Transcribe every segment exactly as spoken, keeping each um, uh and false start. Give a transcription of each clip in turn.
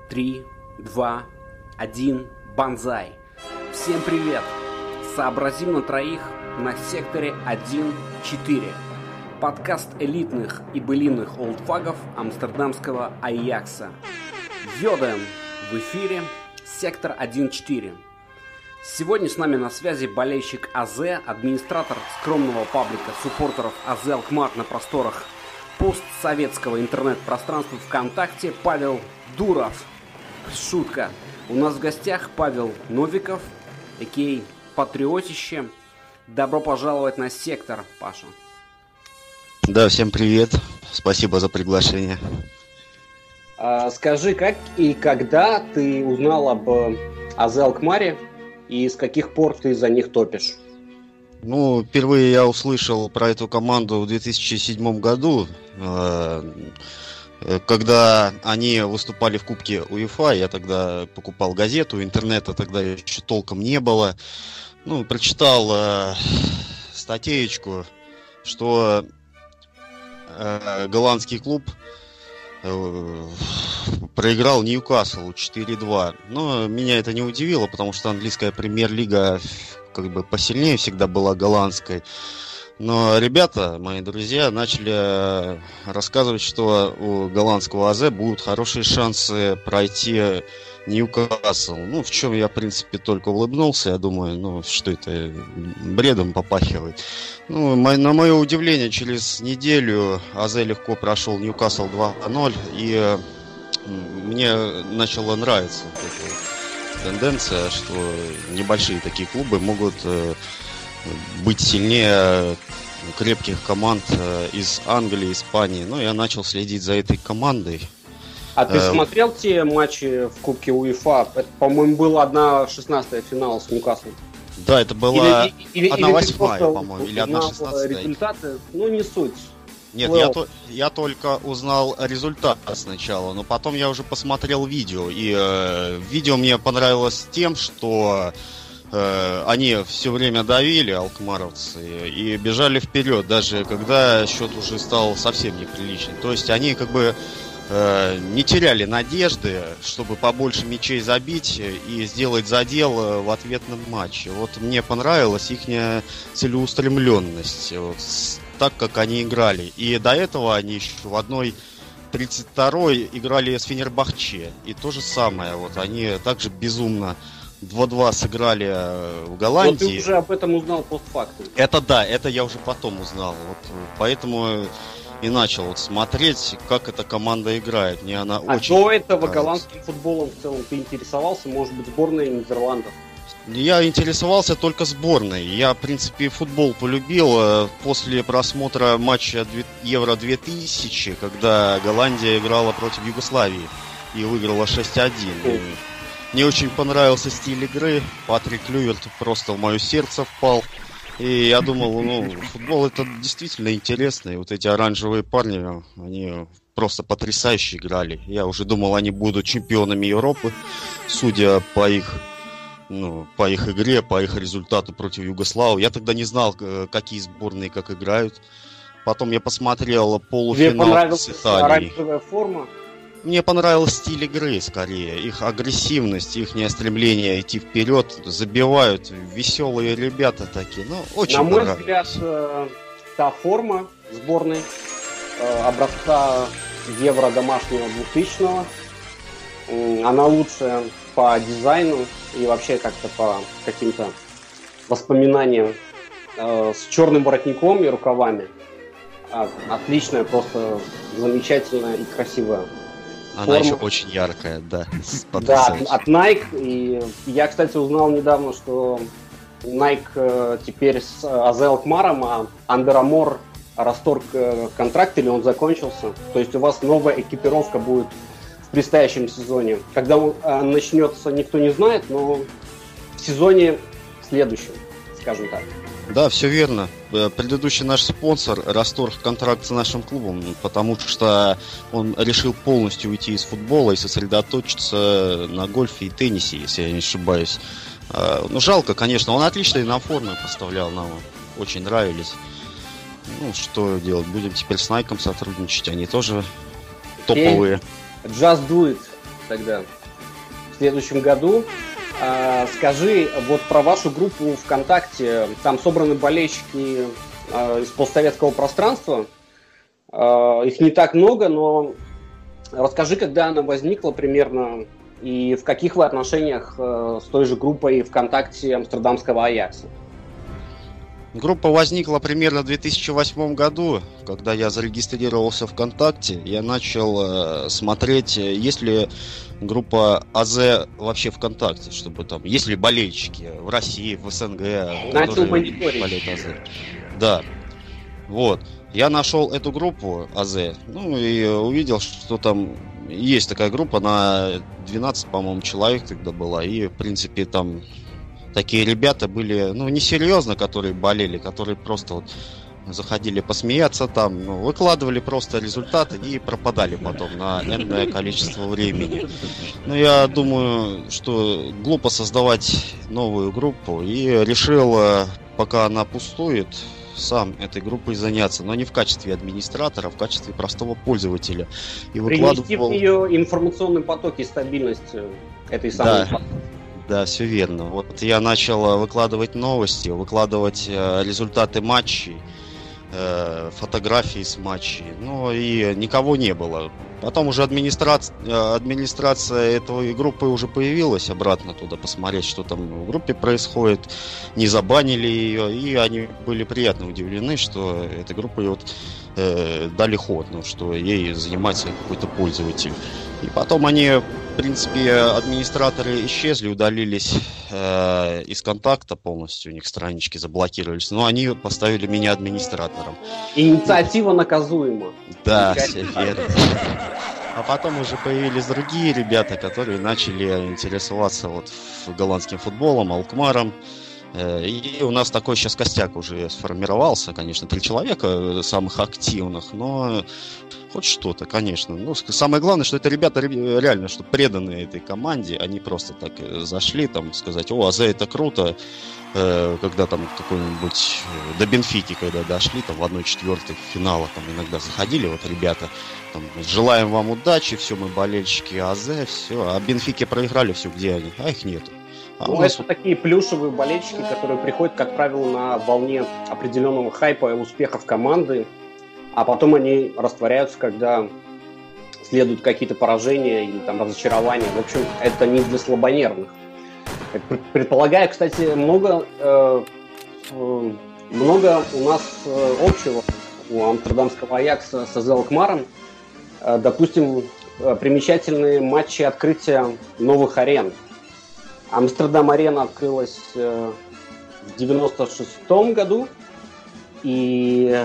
три, два, один, банзай. Всем привет! Сообразим на троих на секторе один четыре. Подкаст элитных и былинных олдфагов амстердамского Аякса. Йоден в эфире, сектор один четыре. Сегодня с нами на связи болельщик АЗ, администратор скромного паблика суппортеров АЗ Алкмар на просторах постсоветского интернет-пространства ВКонтакте Павел Дуров. Шутка. У нас в гостях Павел Новиков, а.к.а. Патриотище. Добро пожаловать на сектор, Паша. Да, всем привет. Спасибо за приглашение. А, скажи, как и когда ты узнал об АЗ Алкмаре и с каких пор ты за них топишь? Ну, впервые я услышал про эту команду в две тысячи седьмом году, когда они выступали в Кубке УЕФА. Я тогда покупал газету, интернета тогда еще толком не было. Ну, прочитал э, статейку, что э, голландский клуб э, проиграл Ньюкаслу четыре два. Но меня это не удивило, потому что английская премьер-лига как бы посильнее всегда была голландской. Но ребята, мои друзья, начали рассказывать, что у голландского АЗ будут хорошие шансы пройти Ньюкасл. Ну, в чем я, в принципе, только улыбнулся. Я думаю, ну, что это, бредом попахивает. Ну, на мое удивление, через неделю АЗ легко прошел Ньюкасл два ноль. И мне начала нравиться эта тенденция, что небольшие такие клубы могут быть сильнее крепких команд из Англии, Испании. Ну, я начал следить за этой командой. А ты э... смотрел те матчи в Кубке УЕФА? Это, по-моему, была одна шестнадцатая финал с Ньюкаслом. Да, это была или, одна восьмая, по-моему, или одна шестнадцатая. Результаты, ну, не суть. Нет, я, то, я только узнал результат сначала, но потом я уже посмотрел видео. И э, видео мне понравилось тем, что э, они все время давили, алкмаровцы, и бежали вперед, даже когда счет уже стал совсем неприличный. То есть они как бы э, не теряли надежды, чтобы побольше мячей забить и сделать задел в ответном матче. Вот мне понравилась их целеустремленность. Вот, так, как они играли. И до этого они еще в одной тридцать второй играли с Фенербахче. И то же самое. Вот они также безумно два два сыграли в Голландии. Вот ты уже об этом узнал постфактум. Это да, это я уже потом узнал. Вот, поэтому и начал вот смотреть, как эта команда играет. Мне она а очень до этого нравится. Голландским футболом в целом ты интересовался? Может быть, сборной Нидерландов? Я интересовался только сборной. Я, в принципе, футбол полюбил после просмотра матча Евро две тысячи, когда Голландия играла против Югославии и выиграла шесть один. Мне очень понравился стиль игры. Патрик Клюверт просто в мое сердце впал. И я думал, ну, футбол это действительно интересно. И вот эти оранжевые парни, они просто потрясающе играли. Я уже думал, они будут чемпионами Европы, судя по их Ну, по их игре, по их результату против Югославии. Я тогда не знал, какие сборные как играют. Потом я посмотрел полуфинал с Италией. Оранжевая форма? Мне понравился стиль игры, скорее. Их агрессивность, их стремление идти вперед. Забивают. Веселые ребята такие. Ну, очень На мой понравилось. взгляд, та форма сборной образца Евро домашнего двухтысячного, она лучшая по дизайну и вообще как-то по каким-то воспоминаниям, э, с черным воротником и рукавами. А, отличная, просто замечательная и красивая. Она форма. еще очень яркая, да. Да, от Nike. И я, кстати, узнал недавно, что Nike э, теперь с АЗ Алкмаром, а Under Armour расторг э, контракт или он закончился. То есть у вас новая экипировка будет в предстоящем сезоне. Когда он э, начнется, никто не знает, но в сезоне следующем, скажем так. Да, все верно. Предыдущий наш спонсор расторг контракт с нашим клубом, потому что он решил полностью уйти из футбола и сосредоточиться на гольфе и теннисе, если я не ошибаюсь. Ну, жалко, конечно. Он отличные нам формы поставлял, нам очень нравились. Ну, что делать? Будем теперь с Nike сотрудничать. Они тоже топовые. Just do it. тогда, в следующем году. А, скажи, вот про вашу группу ВКонтакте, там собраны болельщики а, из постсоветского пространства, а, их не так много, но расскажи, когда она возникла примерно, и в каких вы отношениях а, с той же группой ВКонтакте амстердамского Аякса? Группа возникла примерно в две тысячи восьмом году, когда я зарегистрировался ВКонтакте. Я начал э, смотреть, есть ли группа АЗ вообще ВКонтакте, чтобы там, есть ли болельщики в России, в СНГ, Начал которые болеют АЗ. Да, вот. Я нашел эту группу АЗ, ну и увидел, что там есть такая группа на двенадцать, по-моему, человек тогда была, и в принципе там такие ребята были, ну, несерьезно, которые болели, которые просто вот заходили посмеяться там, ну, выкладывали просто результаты и пропадали потом на энное количество времени. Но я думаю, что глупо создавать новую группу, и решил, пока она пустует, сам этой группой заняться, но не в качестве администратора, а в качестве простого пользователя. И Принести выкладывал... в нее информационный поток и стабильность этой самой... Да. Да, все верно. Вот я начал выкладывать новости, выкладывать э, результаты матчей, э, фотографии с матчей. Ну и никого не было. Потом уже администрация, администрация этой группы уже появилась обратно туда посмотреть, что там в группе происходит. Не забанили ее, и они были приятно удивлены, что этой группой вот э, дали ход, ну, что ей занимается какой-то пользователь. И потом они, в принципе, администраторы исчезли, удалились э, из контакта полностью, у них странички заблокировались, но они поставили меня администратором. Инициатива наказуема. Да, все верно. А потом уже появились другие ребята, которые начали интересоваться вот голландским футболом, Алкмаром. И у нас такой сейчас костяк уже сформировался, конечно, три человека самых активных, но хоть что-то, конечно. Ну, самое главное, что это ребята реально, что преданные этой команде, они просто так зашли, там, сказать, о, АЗ это круто, когда там какой-нибудь до Бенфики, когда дошли, там в одной четвертой финала, там иногда заходили вот ребята, там, желаем вам удачи, все, мы болельщики АЗ, все, а Бенфике проиграли, все, где они? А их нету. А ну, нас... это такие плюшевые болельщики, которые приходят, как правило, на волне определенного хайпа и успехов команды, а потом они растворяются, когда следуют какие-то поражения или там разочарования. В общем, это не для слабонервных. Предполагаю, кстати, много, э, э, много у нас э, общего у амстердамского Аякса с Алкмаром. Э, допустим, э, примечательные матчи открытия новых арен. Амстердам-арена открылась э, в девяносто шестом году, и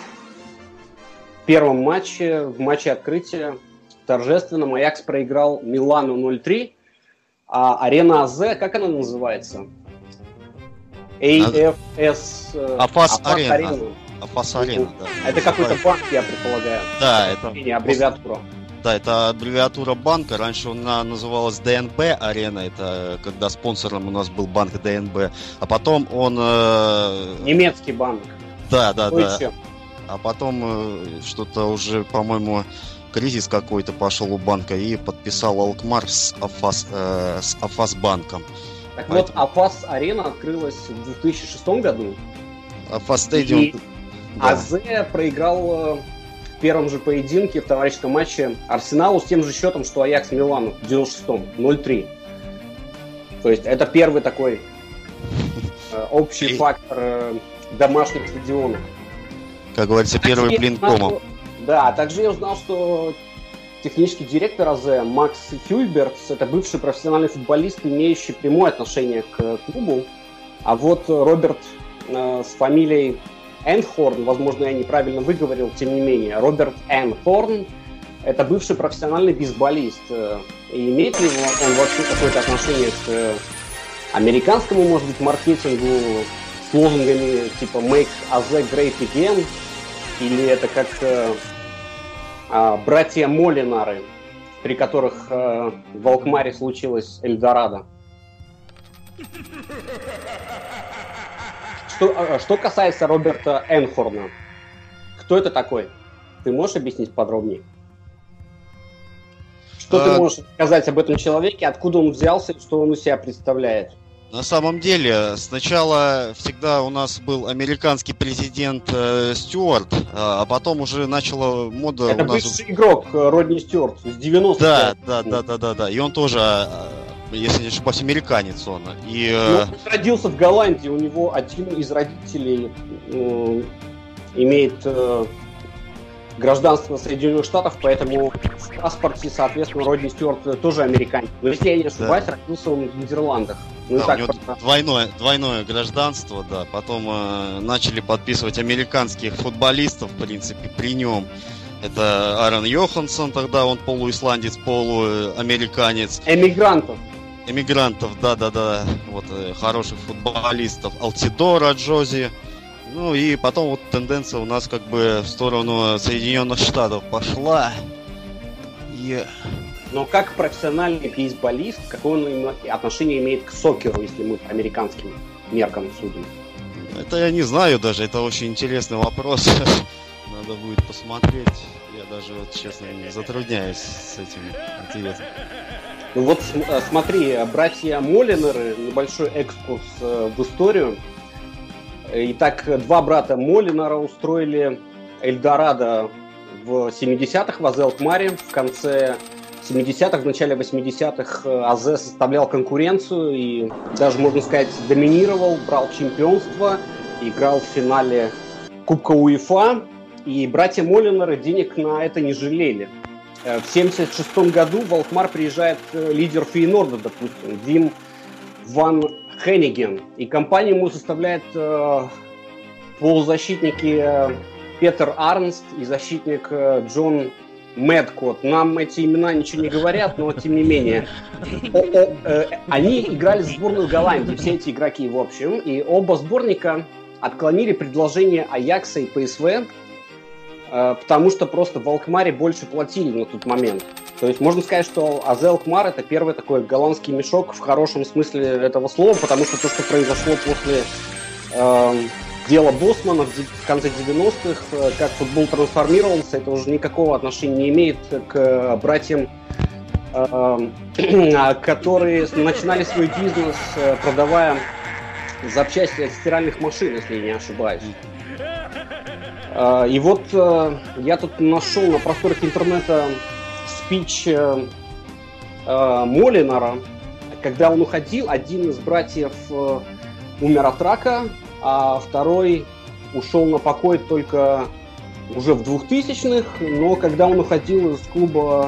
в первом матче, в матче открытия торжественном Аякс проиграл Милану ноль три, а арена АЗ, как она называется? эй эф эс... АФАС Арена. АФАС Арена, да. Это какой-то банк, я предполагаю. Да, это... Аббревиатура. Да, это аббревиатура банка. Раньше она называлась ДНБ Арена. Это когда спонсором у нас был банк ДНБ. А потом он... Э... Немецкий банк. Да, да, Ой, да. че? А потом э, что-то уже, по-моему, кризис какой-то пошел у банка и подписал Алкмар с АФАС, э, с АФАС банком. Так Поэтому... вот, АФАС Арена открылась в две тысячи шестом году. АФАС Стадиум... И да. АЗ проиграл... в первом же поединке, в товарищеском матче Арсеналу с тем же счетом, что Аякс Милану в девяносто шестом, ноль три. То есть это первый такой э, общий фактор э, домашних стадионов. Как говорится, первый блин комом. Да, также я узнал, что технический директор АЗ Макс Хюльбертс — это бывший профессиональный футболист, имеющий прямое отношение к клубу. А вот Роберт э, с фамилией Энхорн, возможно, я неправильно выговорил, тем не менее, Роберт Энхорн – это бывший профессиональный бейсболист. И имеет ли он вообще какое-то отношение к американскому, может быть, маркетингу с лозунгами типа «Make эй зет great again», или это как э, э, братья Молинары, при которых э, в Алкмаре случилось Эльдорадо? Что, что касается Роберта Энхорна, кто это такой? Ты можешь объяснить подробнее? Что а... ты можешь сказать об этом человеке, откуда он взялся и что он из себя представляет? На самом деле, сначала всегда у нас был американский президент э, Стюарт, а потом уже начала мода... Это у нас... бывший игрок Родни Стюарт с девяностых. Да, да, да, да, да, да. И он тоже, если не ошибаюсь, американец он. И, ну, он родился в Голландии, у него один из родителей э, имеет э, гражданство Соединенных Штатов, поэтому в паспорте, соответственно, Родни Стюарт тоже американец. Но если я не ошибаюсь, да. Родился он в Нидерландах. Ну, да, так, у него просто... двойное, двойное гражданство, да. Потом э, начали подписывать американских футболистов, в принципе, при нем. Это Аарон Йоханссон, тогда он полуисландец, полуамериканец. Эмигрантов. Эмигрантов, да-да-да. Вот, э, хороших футболистов. Алтидора Джози. Ну и потом вот тенденция у нас как бы в сторону Соединенных Штатов пошла. И... Но как профессиональный бейсболист, какое он отношение имеет к сокеру, если мы по американским меркам судим? Это я не знаю даже, это очень интересный вопрос. Надо будет посмотреть. Я даже, вот, честно, затрудняюсь с этим ответом. Ну вот смотри, братья Молинеры, небольшой экскурс в историю. Итак, два брата Молинера устроили Эльдорадо в семидесятых в Аз-Алкмаре. В конце семидесятых, в начале восьмидесятых АЗ составлял конкуренцию и даже, можно сказать, доминировал, брал чемпионство, играл в финале Кубка УЕФА. И братья Молинеры денег на это не жалели. В семьдесят шестом году в Алкмар приезжает лидер Фейнорда, допустим, Вим ван Хенниген. И компанию ему составляют э, полузащитники э, Петер Арнст и защитник э, Джон Мэдкот. Нам эти имена ничего не говорят, но тем не менее. О, о, э, они играли в сборную Голландии, все эти игроки в общем. И оба сборника отклонили предложение Аякса и ПСВ, э, потому что просто в Алкмаре больше платили на тот момент. То есть можно сказать, что АЗ Алкмар это первый такой голландский мешок в хорошем смысле этого слова, потому что то, что произошло после э, дела Босмана в конце девяностых, э, как футбол трансформировался, это уже никакого отношения не имеет к братьям, э, которые начинали свой бизнес, э, продавая запчасти от стиральных машин, если я не ошибаюсь. Э, и вот э, я тут нашел на просторах интернета спич э, э, Молинера, когда он уходил, один из братьев э, умер от рака, а второй ушел на покой только уже в двухтысячных, но когда он уходил из клуба,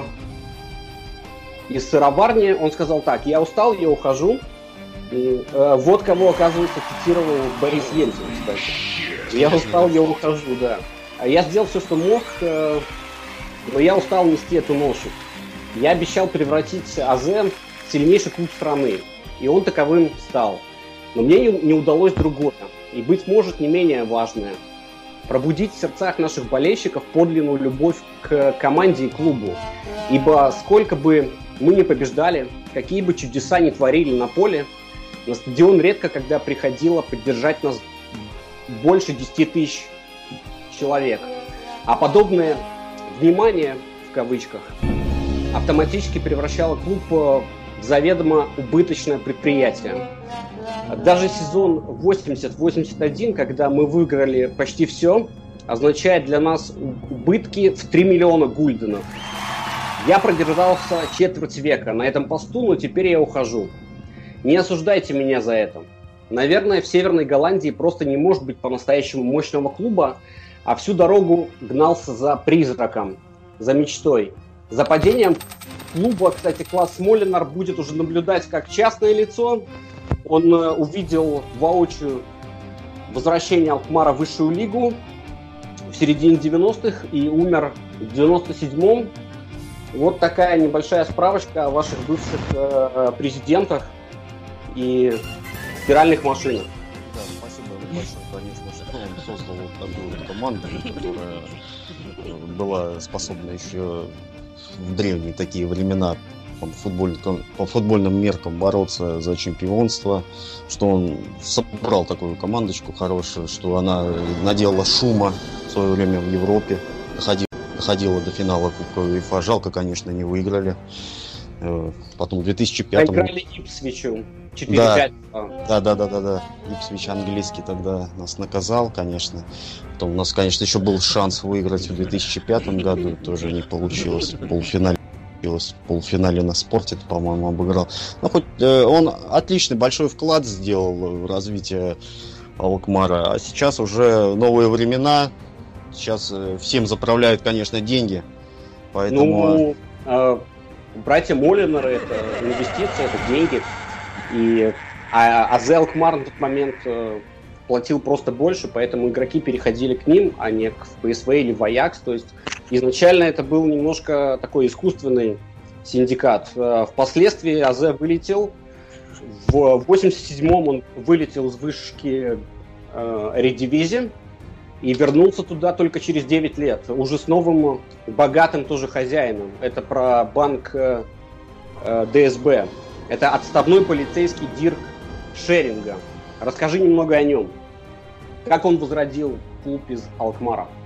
из сыроварни, он сказал так: я устал, я ухожу. И, э, вот кого, оказывается, цитировал Борис Ельцин, кстати. Я устал, я ухожу, да. Я сделал все, что мог, э, но я устал нести эту ношу. Я обещал превратить АЗ в сильнейший клуб страны, и он таковым стал. Но мне не, не удалось другое, и, быть может, не менее важное. Пробудить в сердцах наших болельщиков подлинную любовь к команде и клубу. Ибо сколько бы мы ни побеждали, какие бы чудеса ни творили на поле, на стадион редко когда приходило поддержать нас больше десяти тысяч человек. А подобное «внимание» в кавычках автоматически превращало клуб в заведомо убыточное предприятие. Даже сезон восемьдесят восемьдесят один, когда мы выиграли почти все, означает для нас убытки в три миллиона гульденов. Я продержался четверть века на этом посту, но теперь я ухожу. Не осуждайте меня за это. Наверное, в Северной Голландии просто не может быть по-настоящему мощного клуба, а всю дорогу гнался за призраком, за мечтой. За падением клуба, кстати, Клас Молинар будет уже наблюдать как частное лицо. Он э, увидел воочию возвращение Алкмара в высшую лигу в середине девяностых и умер в девяносто седьмом. Вот такая небольшая справочка о ваших бывших э, президентах и стиральных машинах. Да, спасибо большое, конечно, что он создал вот такую вот команду, которая была способна еще в древние такие времена по футбольным, по футбольным меркам бороться за чемпионство, что он собрал такую командочку хорошую, что она наделала шума в свое время в Европе. Ходил доходила до финала Кубка УЕФА. Жалко, конечно, не выиграли. Потом в две тысячи пятом... Проиграли Ипсвичу четыре пять. Да, да, да, да, да. Ипсвич английский тогда нас наказал, конечно. Потом у нас, конечно, еще был шанс выиграть в две тысячи пятом году. Тоже не получилось. В полуфинале, в полуфинале на Спорте, по-моему, обыграл. Но хоть э, он отличный, большой вклад сделал в развитие Алкмара. А сейчас уже новые времена. Сейчас э, всем заправляют, конечно, деньги. Поэтому... Ну, э, братья Молинеры — это инвестиции, это деньги. И, а, а зе Алкмар на тот момент э, платил просто больше, поэтому игроки переходили к ним, а не к пэ эс вэ или в Аякс. То есть изначально это был немножко такой искусственный синдикат. Э, впоследствии АЗ вылетел. В восемьдесят седьмом он вылетел с вышки э, Редивизии и вернулся туда только через девять лет, уже с новым богатым тоже хозяином. Это про банк э, э, дэ эс бэ. Это отставной полицейский Дирк Шеринга. Расскажи немного о нем. Как он возродил клуб из Алкмара?